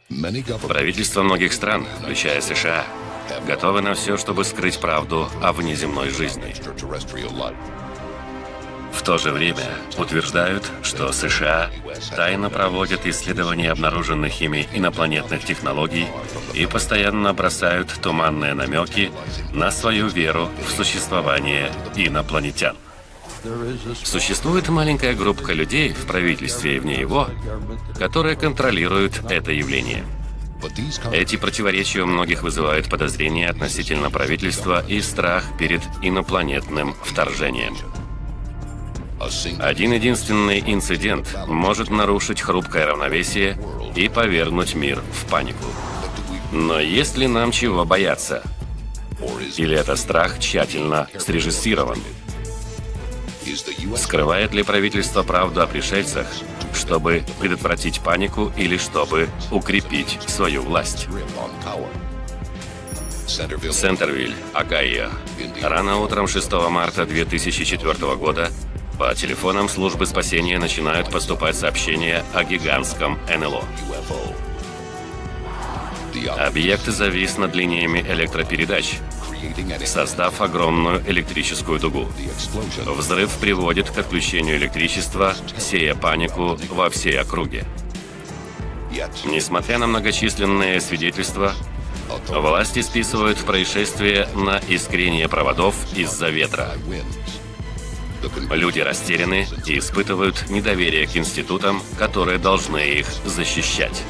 Правительства многих стран, включая США, готовы на все, чтобы скрыть правду о внеземной жизни. В то же время утверждают, что США тайно проводят исследования обнаруженных ими инопланетных технологий и постоянно бросают туманные намеки на свою веру в существование инопланетян. Существует маленькая группа людей в правительстве и вне его, которые контролируют это явление. Эти противоречия у многих вызывают подозрения относительно правительства и страх перед инопланетным вторжением. Один-единственный инцидент может нарушить хрупкое равновесие и повергнуть мир в панику. Но есть ли нам чего бояться? Или это страх тщательно срежиссирован? Скрывает ли правительство правду о пришельцах, чтобы предотвратить панику или чтобы укрепить свою власть? Центервиль, Огайо. Рано утром 6 марта 2004 года по телефонам службы спасения начинают поступать сообщения о гигантском НЛО. Объект завис над линиями электропередач, создав огромную электрическую дугу. Взрыв приводит к отключению электричества, сея панику во всей округе. Несмотря на многочисленные свидетельства, власти списывают происшествие на искрение проводов из-за ветра. Люди растеряны и испытывают недоверие к институтам, которые должны их защищать.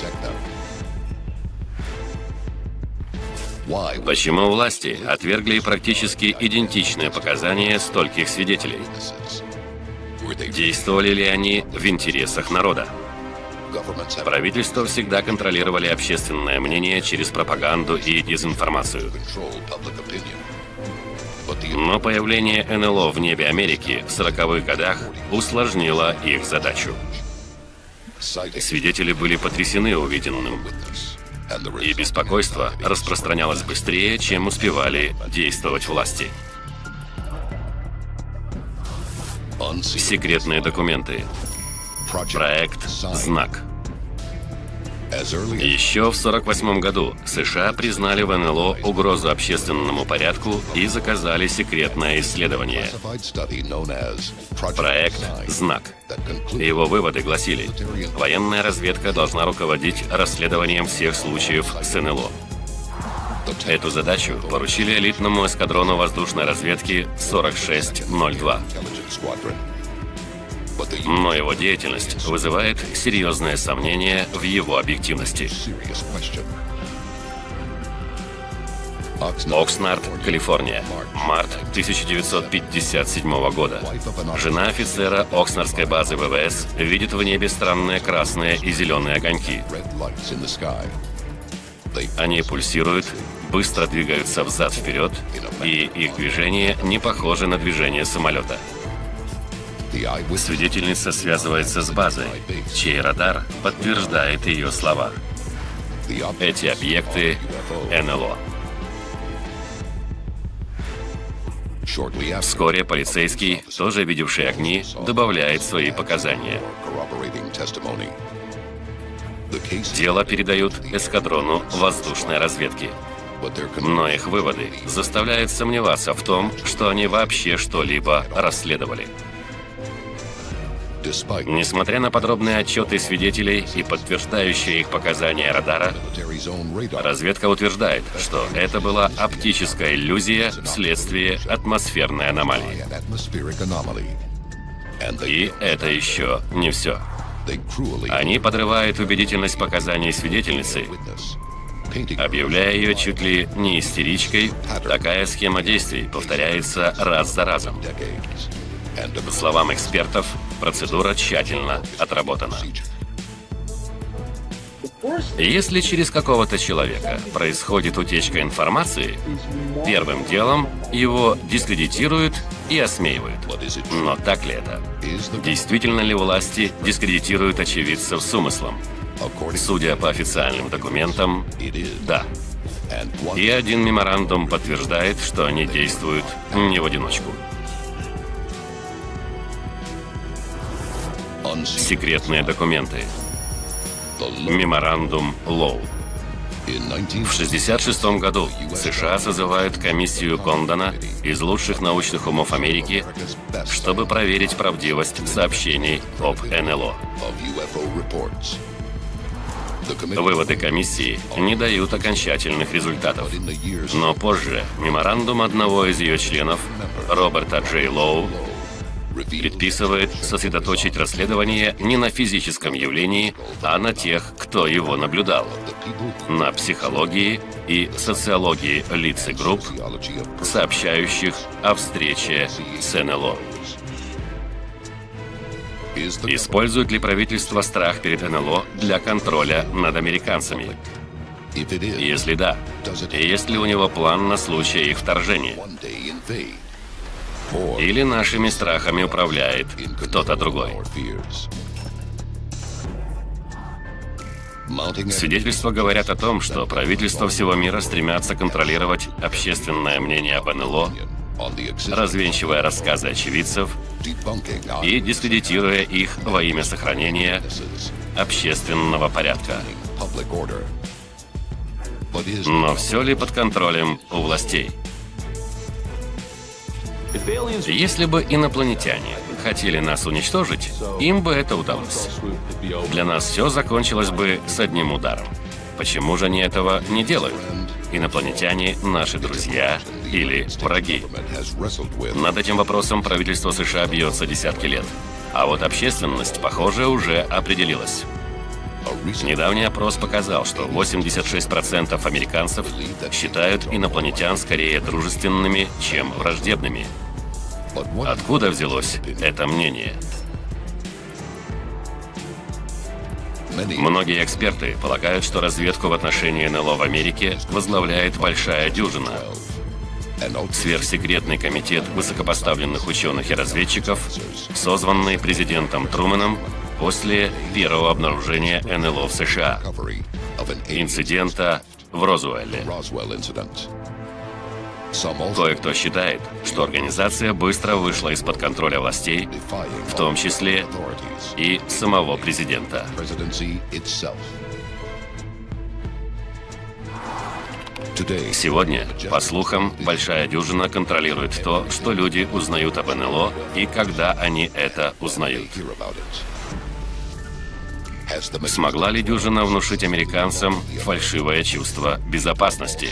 Почему власти отвергли практически идентичные показания стольких свидетелей? Действовали ли они в интересах народа? Правительства всегда контролировали общественное мнение через пропаганду и дезинформацию. Но появление НЛО в небе Америки в 40-х годах усложнило их задачу. Свидетели были потрясены увиденным, и беспокойство распространялось быстрее, чем успевали действовать власти. Секретные документы. Проект «Знак». Еще в 1948 году США признали в НЛО угрозу общественному порядку и заказали секретное исследование. Проект «Знак». Его выводы гласили: военная разведка должна руководить расследованием всех случаев с НЛО. Эту задачу поручили элитному эскадрону воздушной разведки 4602. Но его деятельность вызывает серьезное сомнение в его объективности. Окснард, Калифорния. Март 1957 года. Жена офицера Окснардской базы ВВС видит в небе странные красные и зеленые огоньки. Они пульсируют, быстро двигаются взад-вперед, и их движение не похоже на движение самолета. Свидетельница связывается с базой, чей радар подтверждает ее слова. Эти объекты — НЛО. Вскоре полицейский, тоже видевший огни, добавляет свои показания. Дело передают эскадрону воздушной разведки. Но их выводы заставляют сомневаться в том, что они вообще что-либо расследовали. Несмотря на подробные отчеты свидетелей и подтверждающие их показания радара, разведка утверждает, что это была оптическая иллюзия вследствие атмосферной аномалии. И это еще не все. Они подрывают убедительность показаний свидетельницы, объявляя ее чуть ли не истеричкой. Такая схема действий повторяется раз за разом. По словам экспертов, процедура тщательно отработана. Если через какого-то человека происходит утечка информации, первым делом его дискредитируют и осмеивают. Но так ли это? Действительно ли власти дискредитируют очевидцев с умыслом? Судя по официальным документам, да. И один меморандум подтверждает, что они действуют не в одиночку. Секретные документы. Меморандум Лоу. В 1966 году США созывают комиссию Кондона из лучших научных умов Америки, чтобы проверить правдивость сообщений об НЛО. Выводы комиссии не дают окончательных результатов. Но позже меморандум одного из ее членов, Роберта Джей Лоу, предписывает сосредоточить расследование не на физическом явлении, а на тех, кто его наблюдал, на психологии и социологии лиц и групп, сообщающих о встрече с НЛО. Использует ли правительство страх перед НЛО для контроля над американцами? Если да, есть ли у него план на случай их вторжения? Или нашими страхами управляет кто-то другой? Свидетельства говорят о том, что правительства всего мира стремятся контролировать общественное мнение об НЛО, развенчивая рассказы очевидцев и дискредитируя их во имя сохранения общественного порядка. Но все ли под контролем у властей? Если бы инопланетяне хотели нас уничтожить, им бы это удалось. Для нас все закончилось бы с одним ударом. Почему же они этого не делают? Инопланетяне – наши друзья или враги? Над этим вопросом правительство США бьется десятки лет. А вот общественность, похоже, уже определилась. Недавний опрос показал, что 86% американцев считают инопланетян скорее дружественными, чем враждебными. Откуда взялось это мнение? Многие эксперты полагают, что разведку в отношении НЛО в Америке возглавляет большая дюжина. Сверхсекретный комитет высокопоставленных ученых и разведчиков, созванный президентом Трумэном после первого обнаружения НЛО в США, инцидента в Розуэлле. Кое-кто считает, что организация быстро вышла из-под контроля властей, в том числе и самого президента. Сегодня, по слухам, большая дюжина контролирует то, что люди узнают об НЛО и когда они это узнают. Смогла ли дюжина внушить американцам фальшивое чувство безопасности?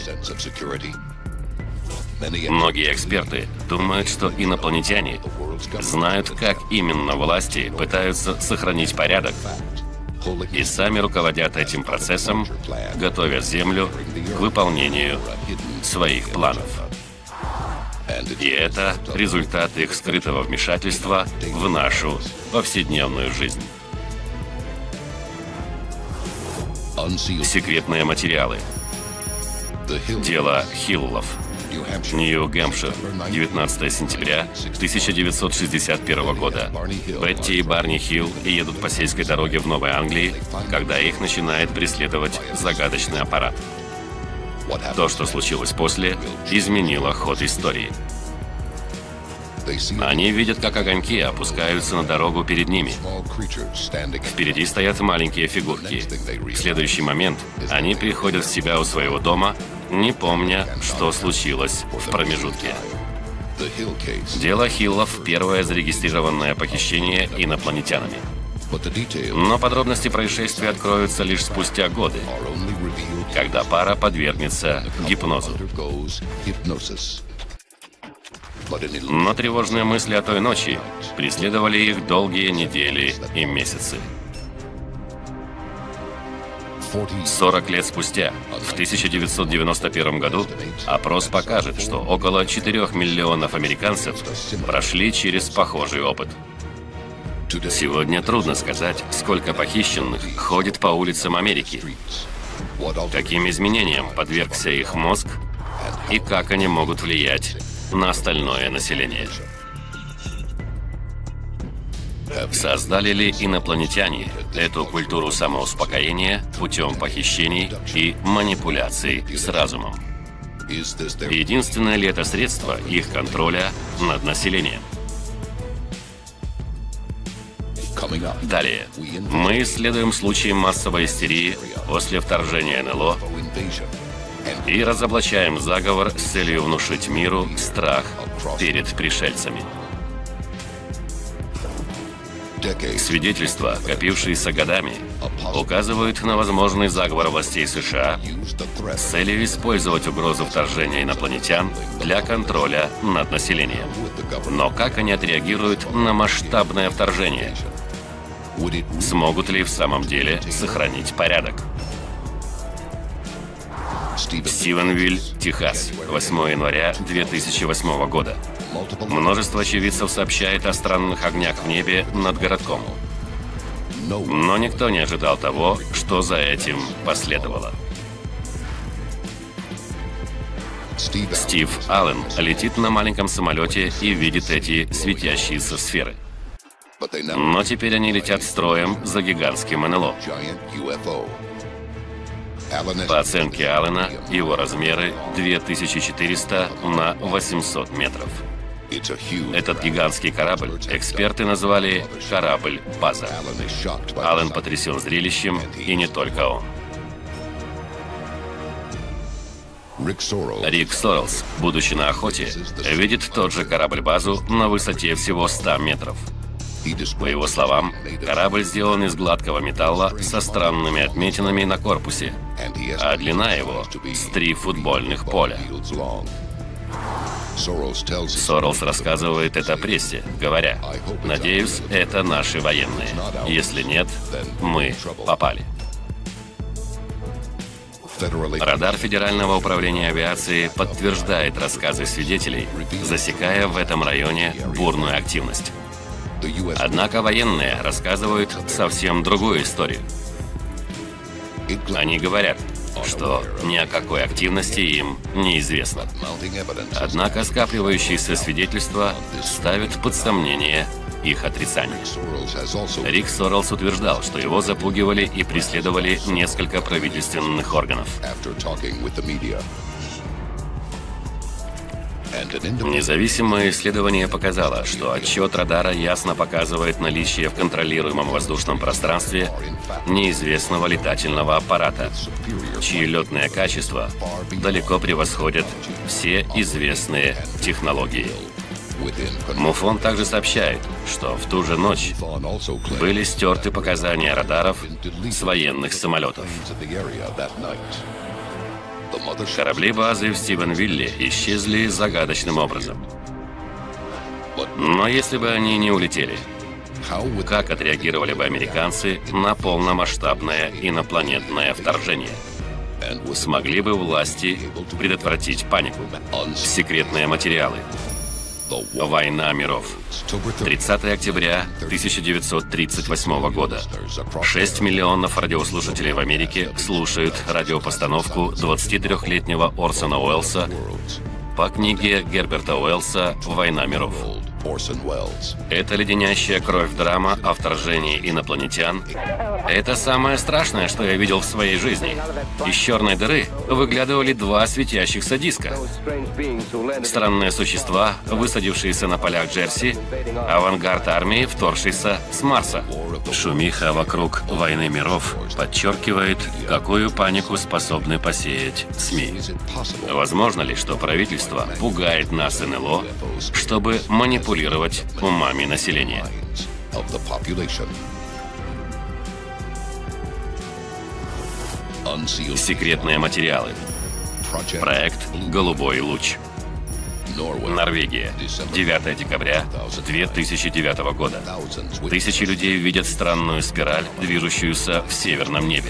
Многие эксперты думают, что инопланетяне знают, как именно власти пытаются сохранить порядок, и сами руководят этим процессом, готовя Землю к выполнению своих планов. И это результат их скрытого вмешательства в нашу повседневную жизнь. Секретные материалы. Дело Хиллов. Нью-Гэмпшир, 19 сентября 1961 года. Бетти и Барни Хилл едут по сельской дороге в Новой Англии, когда их начинает преследовать загадочный аппарат. То, что случилось после, изменило ход истории. Они видят, как огоньки опускаются на дорогу перед ними. Впереди стоят маленькие фигурки. В следующий момент они приходят в себя у своего дома, не помня, что случилось в промежутке. Дело Хиллов – первое зарегистрированное похищение инопланетянами. Но подробности происшествия откроются лишь спустя годы, когда пара подвергнется гипнозу. Но тревожные мысли о той ночи преследовали их долгие недели и месяцы. 40 лет спустя, в 1991 году, опрос покажет, что около 4 миллионов американцев прошли через похожий опыт. Сегодня трудно сказать, сколько похищенных ходит по улицам Америки, каким изменениям подвергся их мозг и как они могут влиять на остальное население. Создали ли инопланетяне эту культуру самоуспокоения путем похищений и манипуляций с разумом? Единственное ли это средство их контроля над населением? Далее. Мы исследуем случаи массовой истерии после вторжения НЛО и разоблачаем заговор с целью внушить миру страх перед пришельцами. Свидетельства, копившиеся годами, указывают на возможный заговор властей США с целью использовать угрозу вторжения инопланетян для контроля над населением. Но как они отреагируют на масштабное вторжение? Смогут ли в самом деле сохранить порядок? Стивенвиль, Техас, 8 января 2008 года. Множество очевидцев сообщает о странных огнях в небе над городком. Но никто не ожидал того, что за этим последовало. Стив Аллен летит на маленьком самолете и видит эти светящиеся сферы. Но теперь они летят строем за гигантским НЛО. По оценке Аллена, его размеры 2400 на 800 метров. Этот гигантский корабль эксперты назвали «корабль-база». Аллен потрясен зрелищем, и не только он. Рик Сорелс, будучи на охоте, видит тот же корабль-базу на высоте всего 100 метров. По его словам, корабль сделан из гладкого металла со странными отметинами на корпусе, а длина его с 3 футбольных поля. Сорелс рассказывает это прессе, говоря: «Надеюсь, это наши военные. Если нет, мы попали». Радар Федерального управления авиации подтверждает рассказы свидетелей, засекая в этом районе бурную активность. Однако военные рассказывают совсем другую историю. Они говорят, что ни о какой активности им неизвестно. Однако скапливающиеся свидетельства ставят под сомнение их отрицание. Рик Сорелс утверждал, что его запугивали и преследовали несколько правительственных органов. Независимое исследование показало, что отчет радара ясно показывает наличие в контролируемом воздушном пространстве неизвестного летательного аппарата, чьи летные качества далеко превосходят все известные технологии. МУФОН также сообщает, что в ту же ночь были стерты показания радаров с военных самолетов. Корабли базы в Стивенвилле исчезли загадочным образом. Но если бы они не улетели, как отреагировали бы американцы на полномасштабное инопланетное вторжение? Смогли бы власти предотвратить панику? Секретные материалы. Война миров. 30 октября 1938 года. 6 миллионов радиослушателей в Америке слушают радиопостановку 23-летнего Орсона Уэллса по книге Герберта Уэллса «Война миров». Это леденящая кровь драма о вторжении инопланетян. Это самое страшное, что я видел в своей жизни. Из черной дыры выглядывали 2 светящихся диска. Странные существа, высадившиеся на полях Джерси, авангард армии, вторгшийся с Марса. Шумиха вокруг «Войны миров» подчеркивает, какую панику способны посеять СМИ. Возможно ли, что правительство пугает нас НЛО, чтобы манипулировать умами населения? Секретные материалы. Проект «Голубой луч». Норвегия. 9 декабря 2009 года. Тысячи людей видят странную спираль, движущуюся в северном небе.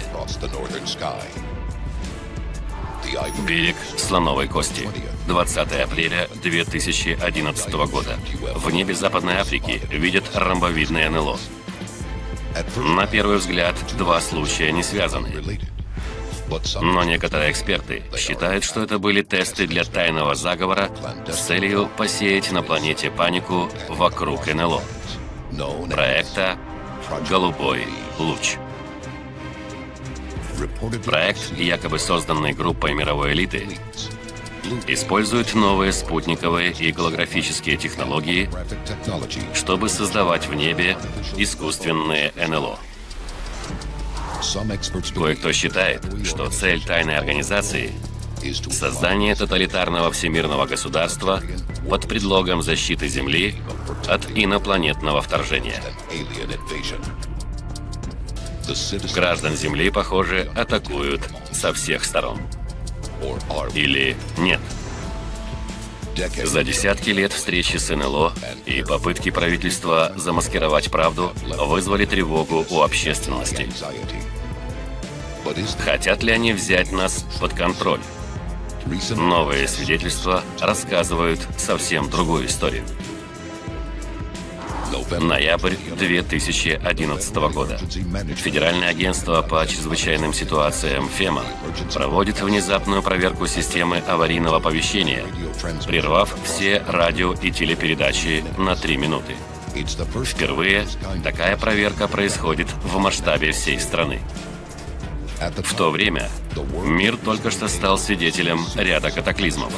Берег Слоновой Кости. 20 апреля 2011 года. В небе Западной Африки видят ромбовидное НЛО. На первый взгляд, 2 случая не связаны. Но некоторые эксперты считают, что это были тесты для тайного заговора с целью посеять на планете панику вокруг НЛО. Проекта «Голубой луч». Проект, якобы созданный группой мировой элиты, используют новые спутниковые и голографические технологии, чтобы создавать в небе искусственные НЛО. Кое-кто считает, что цель тайной организации — создание тоталитарного всемирного государства под предлогом защиты Земли от инопланетного вторжения. Граждан Земли, похоже, атакуют со всех сторон. Или нет? За десятки лет встречи с НЛО и попытки правительства замаскировать правду вызвали тревогу у общественности. Хотят ли они взять нас под контроль? Новые свидетельства рассказывают совсем другую историю. Ноябрь 2011 года. Федеральное агентство по чрезвычайным ситуациям ФЕМА проводит внезапную проверку системы аварийного оповещения, прервав все радио и телепередачи на 3 минуты. Впервые такая проверка происходит в масштабе всей страны. В то время мир только что стал свидетелем ряда катаклизмов.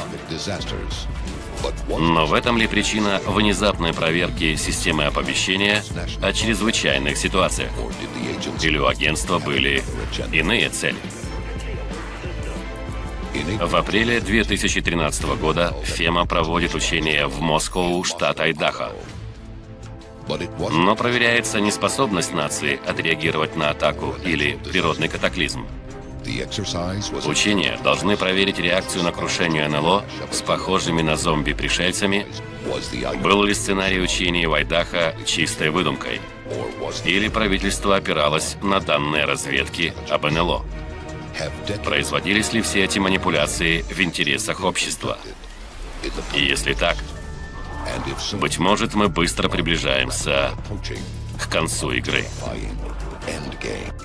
Но в этом ли причина внезапной проверки системы оповещения о чрезвычайных ситуациях? Или у агентства были иные цели? В апреле 2013 года ФЕМА проводит учения в Москоу, штат Айдахо. Но проверяется не способность нации отреагировать на атаку или природный катаклизм. Учения должны проверить реакцию на крушение НЛО с похожими на зомби-пришельцами. Был ли сценарий учений в Айдахо чистой выдумкой? Или правительство опиралось на данные разведки об НЛО? Производились ли все эти манипуляции в интересах общества? И если так, быть может, мы быстро приближаемся к концу игры.